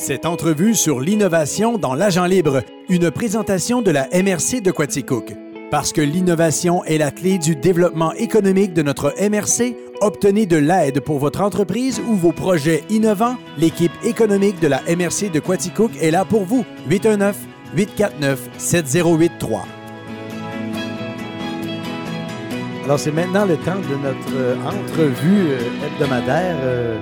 Cette entrevue sur l'innovation dans l'agent libre, une présentation de la MRC de Quaticook. Parce que l'innovation est la clé du développement économique de notre MRC, obtenez de l'aide pour votre entreprise ou vos projets innovants. L'équipe économique de la MRC de Quaticook est là pour vous. 819-849-7083. Alors, c'est maintenant le temps de notre entrevue hebdomadaire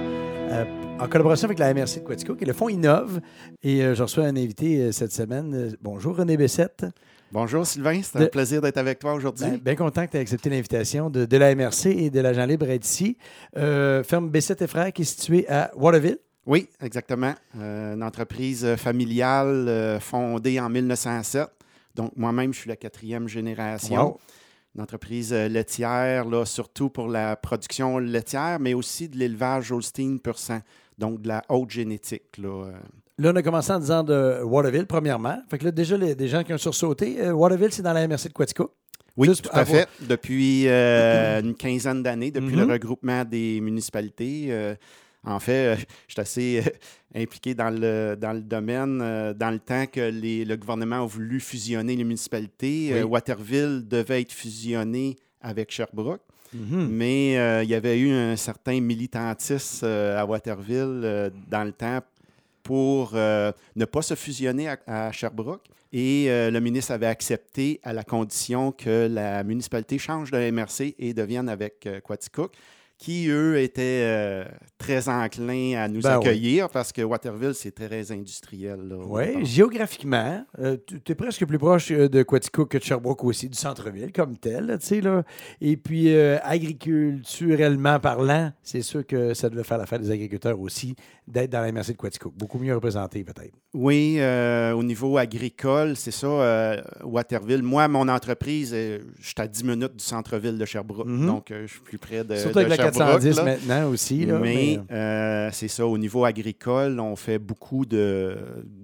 en collaboration avec la MRC de Quaticook et le Fonds Innove. Et je reçois un invité cette semaine. Bonjour, René Bessette. Bonjour Sylvain, c'est un plaisir d'être avec toi aujourd'hui. Bien content que tu aies accepté l'invitation de la MRC et de l'agent libre à être ici. Ferme Bessette et Frères qui est située à Waterville. Oui, exactement. Une entreprise familiale fondée en 1907. Donc, moi-même, je suis la 4e génération. Wow. Une entreprise laitière, là, surtout pour la production laitière, mais aussi de l'élevage Holstein pur sang, donc de la haute génétique. Là, on a commencé en disant de Waterville, premièrement. Fait que là, déjà, des gens qui ont sursauté. Waterville, c'est dans la MRC de Quaticook. Oui, tout à fait. Depuis une quinzaine d'années, depuis le regroupement des municipalités. En fait, je suis assez impliqué dans le domaine. Dans le temps que le gouvernement a voulu fusionner les municipalités, Waterville devait être fusionné avec Sherbrooke. Mais il y avait eu un certain militantisme à Waterville dans le temps pour ne pas se fusionner à Sherbrooke. Et le ministre avait accepté à la condition que la municipalité change de MRC et devienne avec Quaticook, qui, eux, étaient très enclins à nous accueillir parce que Waterville, c'est très industriel. Oui, géographiquement, tu es presque plus proche de Quaticook que de Sherbrooke aussi, du centre-ville comme tel. Là. Et puis, agriculturellement parlant, c'est sûr que ça devait faire l'affaire des agriculteurs aussi d'être dans la MRC de Quaticook. Beaucoup mieux représenté, peut-être. Oui, au niveau agricole, c'est ça, Waterville. Moi, mon entreprise, je suis à 10 minutes du centre-ville de Sherbrooke. Donc, je suis plus près de surtout avec la Sherbrooke, 410 là. maintenant aussi. Là, mais c'est ça, au niveau agricole, on fait beaucoup de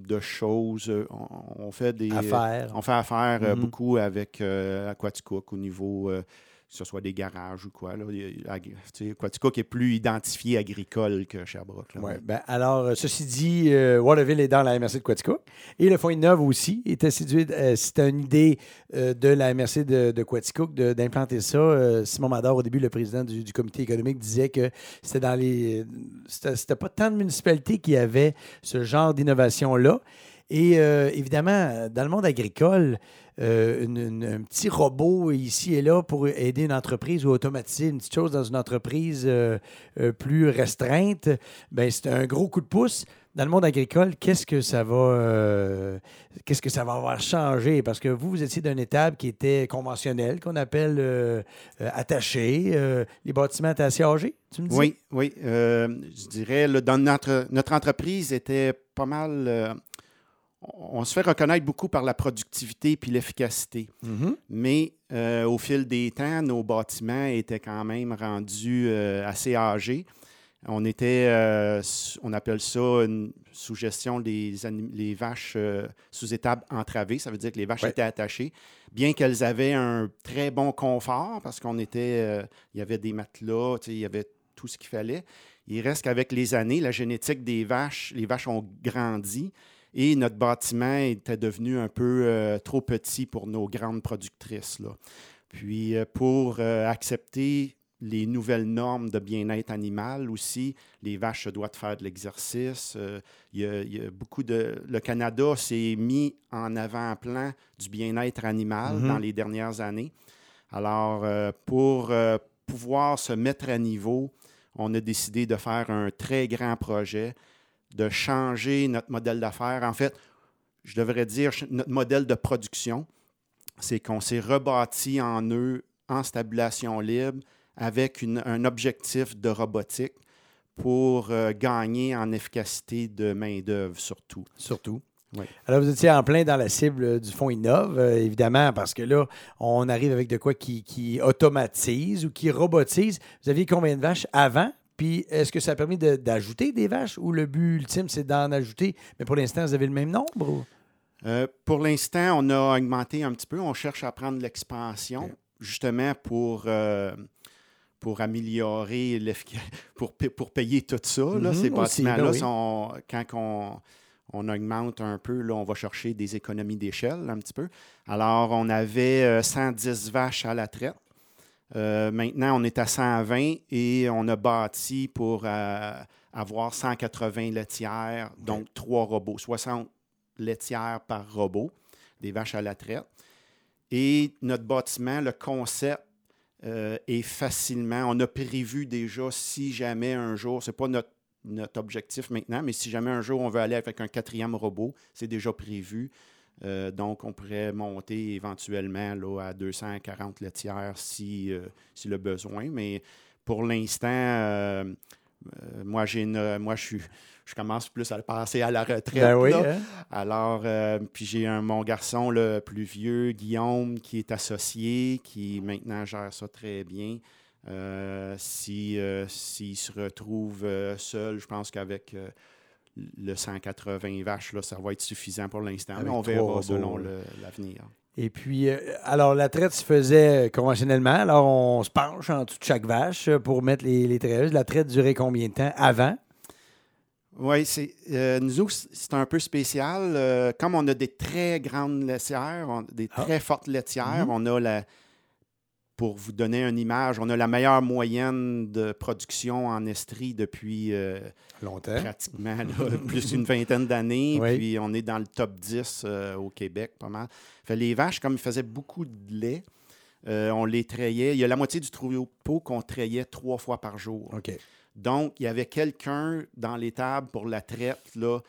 choses. On fait des affaires. On fait affaire beaucoup avec Quaticook au niveau, que ce soit des garages ou quoi. Là. Quaticook est plus identifié agricole que Sherbrooke. Oui, alors, ceci dit, Waterville est dans la MRC de Quaticook. Et le Fonds Innove aussi était situé. C'était une idée de la MRC de Quaticook d'implanter ça. Simon Mador, au début, le président du comité économique, disait que c'était dans les. C'était pas tant de municipalités qui avaient ce genre d'innovation-là. Et évidemment, dans le monde agricole, un petit robot ici et là pour aider une entreprise ou automatiser une petite chose dans une entreprise plus restreinte, c'est un gros coup de pouce. Dans le monde agricole, qu'est-ce que ça va avoir changé? Parce que vous étiez d'une étape qui était conventionnelle, qu'on appelle attachée. Les bâtiments étaient assez âgés, tu me dis? Oui. Je dirais, là, dans notre entreprise était pas mal... on se fait reconnaître beaucoup par la productivité puis l'efficacité. Mais au fil des temps, nos bâtiments étaient quand même rendus assez âgés. On appelle ça une sous-gestion les vaches sous étable entravée. Ça veut dire que les vaches étaient attachées, bien qu'elles avaient un très bon confort parce qu'on était, il y avait des matelas, il y avait tout ce qu'il fallait. Il reste qu'avec les années, la génétique des vaches, les vaches ont grandi. Et notre bâtiment était devenu un peu trop petit pour nos grandes productrices, là. Puis, pour accepter les nouvelles normes de bien-être animal aussi, les vaches se doivent faire de l'exercice. Il y a beaucoup le Canada s'est mis en avant-plan du bien-être animal dans les dernières années. Alors, pour pouvoir se mettre à niveau, on a décidé de faire un très grand projet, de changer notre modèle d'affaires. En fait, je devrais dire notre modèle de production, c'est qu'on s'est rebâti en stabulation libre avec un objectif de robotique pour gagner en efficacité de main-d'œuvre surtout. Oui. Alors, vous étiez en plein dans la cible du Fonds Innove, évidemment, parce que là, on arrive avec de quoi qui automatise ou qui robotise. Vous aviez combien de vaches avant? Puis, est-ce que ça a permis d'ajouter des vaches ou le but ultime, c'est d'en ajouter? Mais pour l'instant, vous avez le même nombre? Ou? Pour l'instant, on a augmenté un petit peu. On cherche à prendre l'expansion, justement pour améliorer, pour payer tout ça. Là, ces bâtiments-là, quand on augmente un peu, là, on va chercher des économies d'échelle un petit peu. Alors, on avait 110 vaches à la traite. Maintenant, on est à 120 et on a bâti pour avoir 180 laitières, donc 3 robots, 60 laitières par robot, des vaches à la traite. Et notre bâtiment, le concept est facilement, on a prévu déjà si jamais un jour, ce n'est pas notre objectif maintenant, mais si jamais un jour on veut aller avec un 4e robot, c'est déjà prévu. Donc, on pourrait monter éventuellement là, à 240 laitières si le besoin. Mais pour l'instant, moi, je commence plus à passer à la retraite. Ben oui, là. hein? Alors, puis j'ai mon garçon le plus vieux, Guillaume, qui est associé, qui maintenant gère ça très bien. S'il se retrouve seul, je pense qu'avec le 180 vaches, là, ça va être suffisant pour l'instant. Mais on verra selon l'avenir. Et puis, alors, la traite se faisait conventionnellement. Alors, on se penche en dessous de chaque vache pour mettre les traiteuses. La traite durait combien de temps avant? Oui, nous autres, c'est un peu spécial. Comme on a des très grandes laitières, des très fortes laitières, on a pour vous donner une image, on a la meilleure moyenne de production en estrie depuis longtemps. Pratiquement plus d'une vingtaine d'années. Oui. Puis on est dans le top 10 au Québec, pas mal. Fait, les vaches, comme ils faisaient beaucoup de lait, on les trayait. Il y a la moitié du troupeau qu'on trayait 3 fois par jour. OK. Donc, il y avait quelqu'un dans l'étable pour la traite là,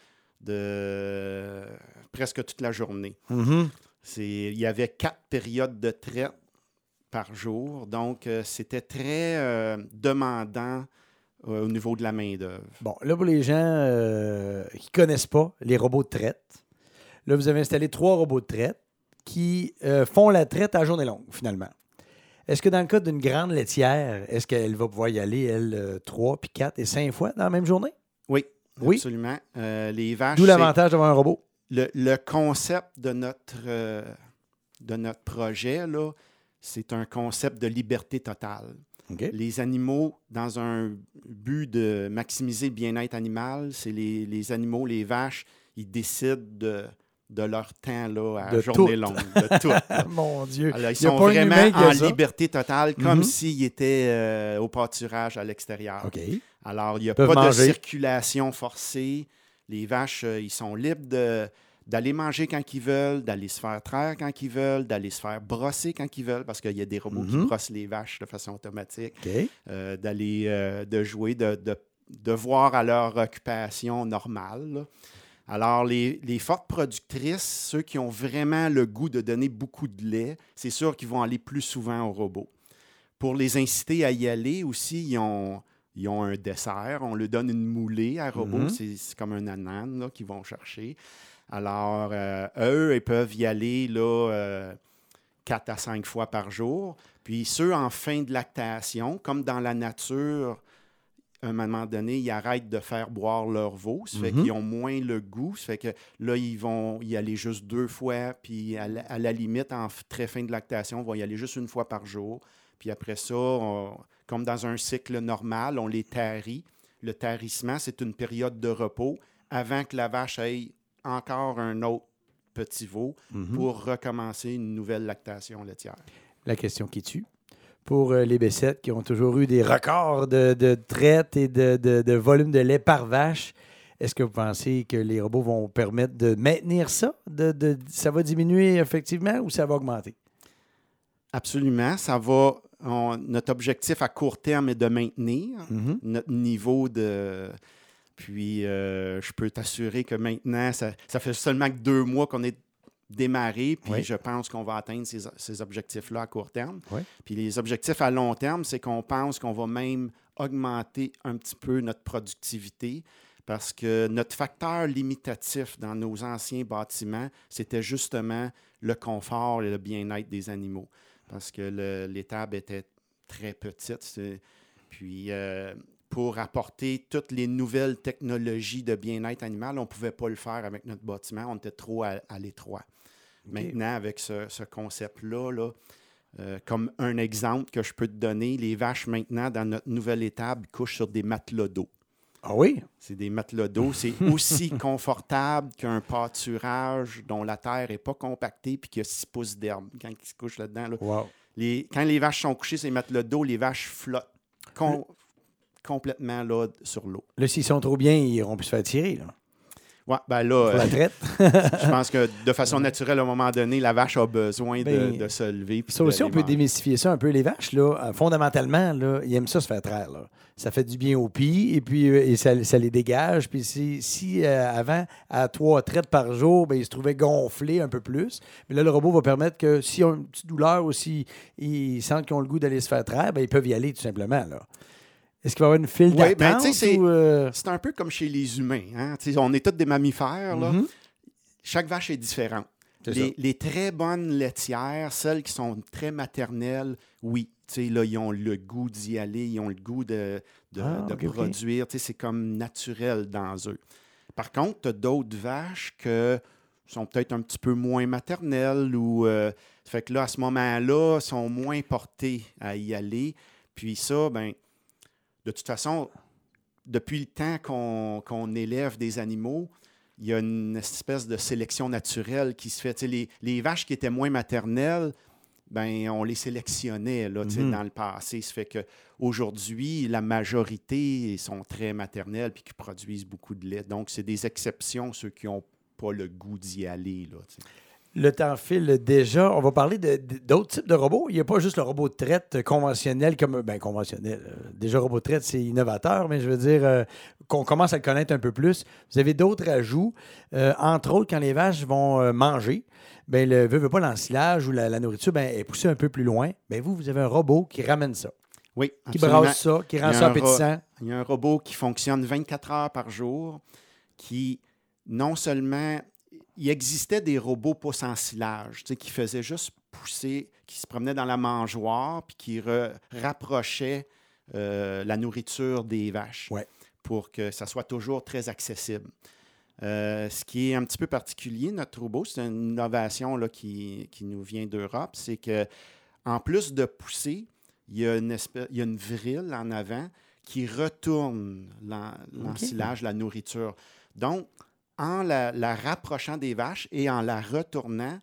de presque toute la journée. Mm-hmm. Il y avait 4 périodes de traite par jour. Donc, c'était très demandant au niveau de la main-d'œuvre. Bon, là, pour les gens qui ne connaissent pas les robots de traite, là, vous avez installé 3 robots de traite qui font la traite à journée longue, finalement. Est-ce que dans le cas d'une grande laitière, est-ce qu'elle va pouvoir y aller, elle, 3, puis 4 et 5 fois dans la même journée? Oui, oui. Absolument. Les vaches. D'où l'avantage d'avoir un robot. Le concept de notre projet, là, c'est un concept de liberté totale. Okay. Les animaux, dans un but de maximiser le bien-être animal, c'est les animaux, les vaches, ils décident de leur temps là, à journée longue. De tout. Mon Dieu. Alors, ils sont vraiment en liberté totale, comme s'ils étaient au pâturage à l'extérieur. Okay. Alors, il n'y a pas de circulation forcée. Les vaches, ils sont libres d'aller manger quand ils veulent, d'aller se faire traire quand ils veulent, d'aller se faire brosser quand ils veulent, parce qu'il y a des robots qui brossent les vaches de façon automatique, de jouer, de voir à leur occupation normale. Là. Alors, les fortes productrices, ceux qui ont vraiment le goût de donner beaucoup de lait, c'est sûr qu'ils vont aller plus souvent au robot. Pour les inciter à y aller aussi, ils ont un dessert. On leur donne une moulée à robot. C'est comme un ananas là, qu'ils vont chercher. Alors, eux, ils peuvent y aller là, 4 à 5 fois par jour. Puis ceux en fin de lactation, comme dans la nature, à un moment donné, ils arrêtent de faire boire leur veau. Ça fait qu'ils ont moins le goût. Ça fait que là, ils vont y aller juste 2 fois. Puis à la limite, en très fin de lactation, on va y aller juste 1 fois par jour. Puis après ça, comme dans un cycle normal, on les tarit. Le tarissement, c'est une période de repos avant que la vache ait encore un autre petit veau pour recommencer une nouvelle lactation laitière. La question qui tue. Pour les Bessettes qui ont toujours eu des records de traite et de volume de lait par vache, est-ce que vous pensez que les robots vont permettre de maintenir ça? Ça va diminuer effectivement ou ça va augmenter? Absolument. Ça va. Notre objectif à court terme est de maintenir notre niveau de... Puis, je peux t'assurer que maintenant, ça fait seulement que 2 mois qu'on est démarré, puis je pense qu'on va atteindre ces objectifs-là à court terme. Oui. Puis les objectifs à long terme, c'est qu'on pense qu'on va même augmenter un petit peu notre productivité parce que notre facteur limitatif dans nos anciens bâtiments, c'était justement le confort et le bien-être des animaux parce que l'étable était très petite. Puis... pour apporter toutes les nouvelles technologies de bien-être animal, on ne pouvait pas le faire avec notre bâtiment. On était trop à l'étroit. Okay. Maintenant, avec ce concept-là, là, comme un exemple que je peux te donner, les vaches, maintenant, dans notre nouvelle étable, couchent sur des matelas d'eau. Ah oui? C'est des matelas d'eau. C'est aussi confortable qu'un pâturage dont la terre n'est pas compactée et qu'il y a 6 pouces d'herbe quand ils se couchent là-dedans. Là. Wow. Quand les vaches sont couchées, ces matelas d'eau, les vaches flottent complètement là, sur l'eau. Là, s'ils sont trop bien, ils iront plus se faire tirer. Là. Ouais, ben là, Pour la traite. je pense que de façon naturelle, à un moment donné, la vache a besoin de se lever. Ça aussi, on peut démystifier ça un peu. Les vaches, là, fondamentalement, là, ils aiment ça se faire traire. Là. Ça fait du bien aux pieds et puis ça les dégage. Puis si avant, à 3 traites par jour, ben, ils se trouvaient gonflés un peu plus. Mais là, le robot va permettre que s'ils ont une petite douleur ou s'ils sentent qu'ils ont le goût d'aller se faire traire, ben, ils peuvent y aller tout simplement. Là. Est-ce qu'il va y avoir une file d'attente? C'est un peu comme chez les humains. Hein? On est tous des mammifères. Là. Mm-hmm. Chaque vache est différente. Les très bonnes laitières, celles qui sont très maternelles, oui. Là, ils ont le goût d'y aller, ils ont le goût de produire. Okay. C'est comme naturel dans eux. Par contre, tu as d'autres vaches qui sont peut-être un petit peu moins maternelles ou fait que là, à ce moment-là, sont moins portées à y aller. Puis ça, ben de toute façon, depuis le temps qu'on élève des animaux, il y a une espèce de sélection naturelle qui se fait. Les vaches qui étaient moins maternelles, ben, on les sélectionnait là, dans le passé. Ça fait qu'aujourd'hui, la majorité sont très maternelles et qui produisent beaucoup de lait. Donc, c'est des exceptions, ceux qui n'ont pas le goût d'y aller. Là, le temps file déjà. On va parler d'autres types de robots. Il n'y a pas juste le robot de traite conventionnel comme... Ben, conventionnel. Déjà, robot de traite, c'est innovateur, mais je veux dire qu'on commence à le connaître un peu plus. Vous avez d'autres ajouts. Entre autres, quand les vaches vont manger, ben, veut pas l'ensilage ou la nourriture ben, est poussée un peu plus loin. Ben, vous avez un robot qui ramène ça. Oui, qui brasse ça, qui rend ça appétissant. Il y a un robot qui fonctionne 24 heures par jour, qui non seulement... Il existait des robots pas sans silage, qui faisaient juste pousser, qui se promenaient dans la mangeoire puis qui rapprochaient la nourriture des vaches pour que ça soit toujours très accessible. Ce qui est un petit peu particulier, notre robot, c'est une innovation là, qui nous vient d'Europe, c'est qu'en plus de pousser, il y a une vrille en avant qui retourne l'ensilage, la nourriture. Donc, en la rapprochant des vaches et en la retournant,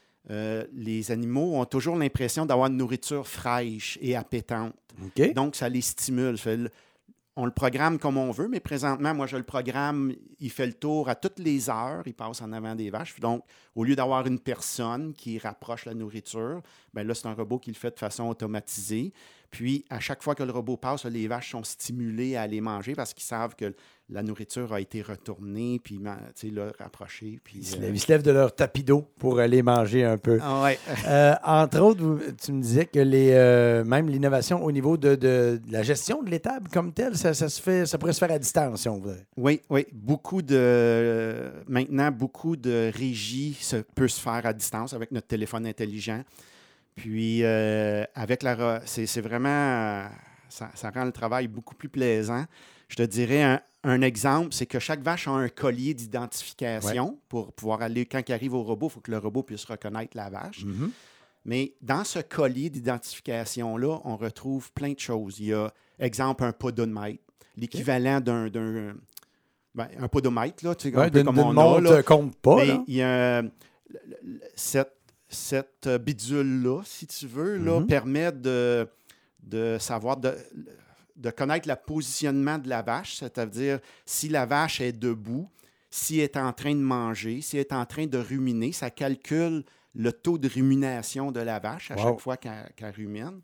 les animaux ont toujours l'impression d'avoir une nourriture fraîche et appétante. Okay. Donc, ça les stimule. On le programme comme on veut, mais présentement, moi, je le programme, il fait le tour à toutes les heures, il passe en avant des vaches. Donc, au lieu d'avoir une personne qui rapproche la nourriture, bien là, c'est un robot qui le fait de façon automatisée. Puis, à chaque fois que le robot passe, les vaches sont stimulées à aller manger parce qu'ils savent que la nourriture a été retournée, puis là, rapprochée. Puis, ils se lèvent de leur tapis d'eau pour aller manger un peu. Ah ouais. Entre autres, tu me disais que même l'innovation au niveau de la gestion de l'étable comme telle, ça pourrait se faire à distance, si on veut. Oui. Maintenant, beaucoup de régie peut se faire à distance avec notre téléphone intelligent. Puis, c'est vraiment... ça rend le travail beaucoup plus plaisant. Je te dirais un exemple, c'est que chaque vache a un collier d'identification pour pouvoir aller, quand il arrive au robot, il faut que le robot puisse reconnaître la vache. Mm-hmm. Mais dans ce collier d'identification-là, on retrouve plein de choses. Il y a, exemple, un podomètre, l'équivalent d'un un podomètre, là, tu sais, un peu comme on a. Là, compte pas, mais là. il y a cette bidule-là, si tu veux, là, permet de savoir... de connaître le positionnement de la vache, c'est-à-dire si la vache est debout, si elle est en train de manger, si elle est en train de ruminer, ça calcule le taux de rumination de la vache à chaque fois qu'elle rumine.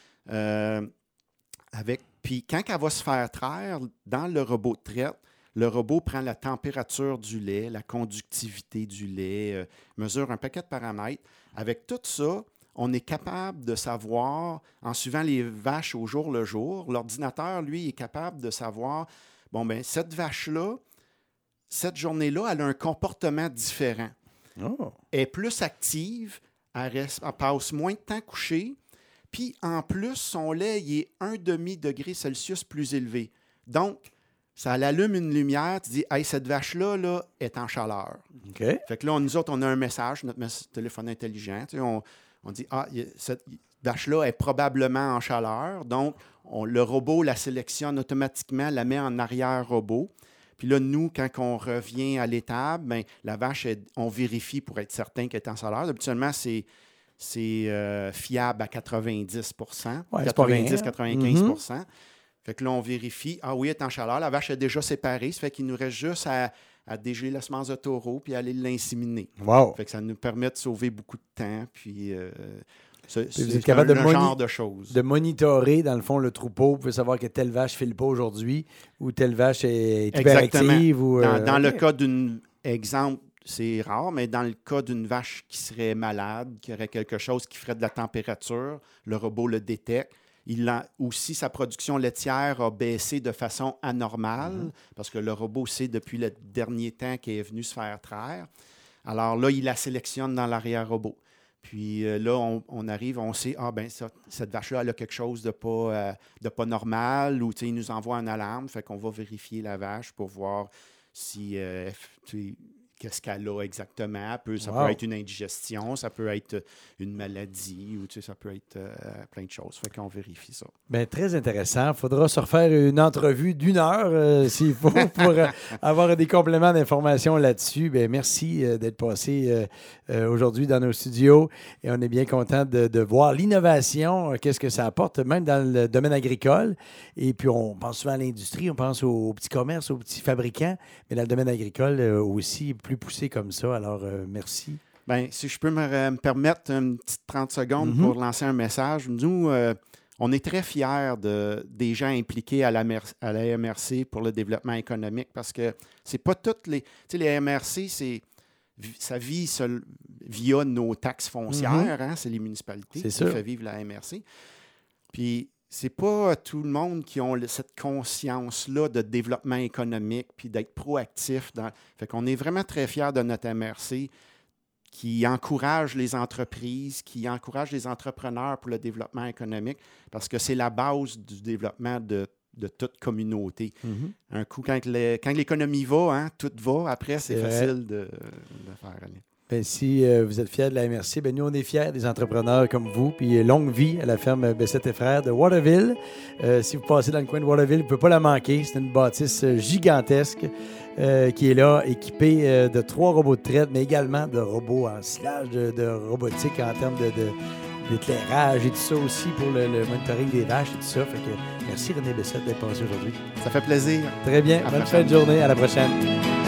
Puis quand elle va se faire traire, dans le robot de traite, le robot prend la température du lait, la conductivité du lait, mesure un paquet de paramètres. Avec tout ça, on est capable de savoir, en suivant les vaches au jour le jour, l'ordinateur, lui, est capable de savoir, cette vache-là, cette journée-là, elle a un comportement différent. Oh. Elle est plus active, elle passe moins de temps couchée, puis en plus, son lait il est 1,5 degré Celsius plus élevé. Donc, ça l'allume une lumière, tu dis « Hey, cette vache-là là, est en chaleur. Okay. » Fait que là, nous autres, on a un message, notre téléphone intelligent, tu sais, on dit « Ah, vache-là est probablement en chaleur. Donc, le robot la sélectionne automatiquement, la met en arrière-robot. Puis là, nous, quand on revient à l'étable, bien, la vache, on vérifie pour être certain qu'elle est en chaleur. Habituellement, c'est fiable à 90 ouais, 90-95 Fait que là, on vérifie. Ah oui, elle est en chaleur. La vache est déjà séparée. Ça fait qu'il nous reste juste à dégeler la semence de taureau puis aller l'inséminer. Wow. Fait que ça nous permet de sauver beaucoup de temps. Puis, c'est capable genre de choses. De monitorer, dans le fond, le troupeau. Vous pouvez savoir que telle vache ne file pas aujourd'hui ou telle vache est hyperactive. Ou, dans le cas d'une... Exemple, c'est rare, mais dans le cas d'une vache qui serait malade, qui aurait quelque chose qui ferait de la température, le robot le détecte. Aussi, sa production laitière a baissé de façon anormale parce que le robot sait depuis le dernier temps qu'elle est venue se faire traire. Alors là, il la sélectionne dans l'arrière-robot. Puis là, on arrive, on sait, cette vache-là, elle a quelque chose de pas normal ou il nous envoie une alarme. Fait qu'on va vérifier la vache pour voir si... qu'est-ce qu'elle a exactement. Ça peut être une indigestion, ça peut être une maladie, ou ça peut être plein de choses. Fait qu'on vérifie ça. Bien, très intéressant. Il faudra se refaire une entrevue d'1 heure, s'il faut, pour avoir des compléments d'informations là-dessus. Bien, merci d'être passé aujourd'hui dans nos studios. Et on est bien content de voir l'innovation, qu'est-ce que ça apporte, même dans le domaine agricole. Et puis, on pense souvent à l'industrie, on pense aux petits commerces, aux petits fabricants, mais dans le domaine agricole aussi, plus poussé comme ça. Alors, merci. Bien, si je peux me permettre une petite 30 secondes pour lancer un message. Nous, on est très fiers des gens impliqués à la MRC pour le développement économique parce que c'est pas toutes les... Tu sais, les MRC, ça vit via nos taxes foncières. Hein, c'est les municipalités qui font vivre la MRC. Puis, c'est pas tout le monde qui a cette conscience-là de développement économique puis d'être proactif. Fait qu'on est vraiment très fiers de notre MRC qui encourage les entreprises, qui encourage les entrepreneurs pour le développement économique parce que c'est la base du développement de toute communauté. Un coup, quand l'économie va, hein, tout va. Après, c'est facile de faire aller. Bien, si vous êtes fiers de la MRC, bien, nous, on est fiers des entrepreneurs comme vous. Puis longue vie à la ferme Bessette et Frères de Waterville. Si vous passez dans le coin de Waterville, vous ne pouvez pas la manquer. C'est une bâtisse gigantesque qui est là, équipée de 3 robots de traite, mais également de robots en silage, de robotique en termes d'éclairage et tout ça aussi pour le monitoring des vaches et tout ça. Fait que merci René Bessette d'être passé aujourd'hui. Ça fait plaisir. Très bien. Bonne fin de journée. À la prochaine.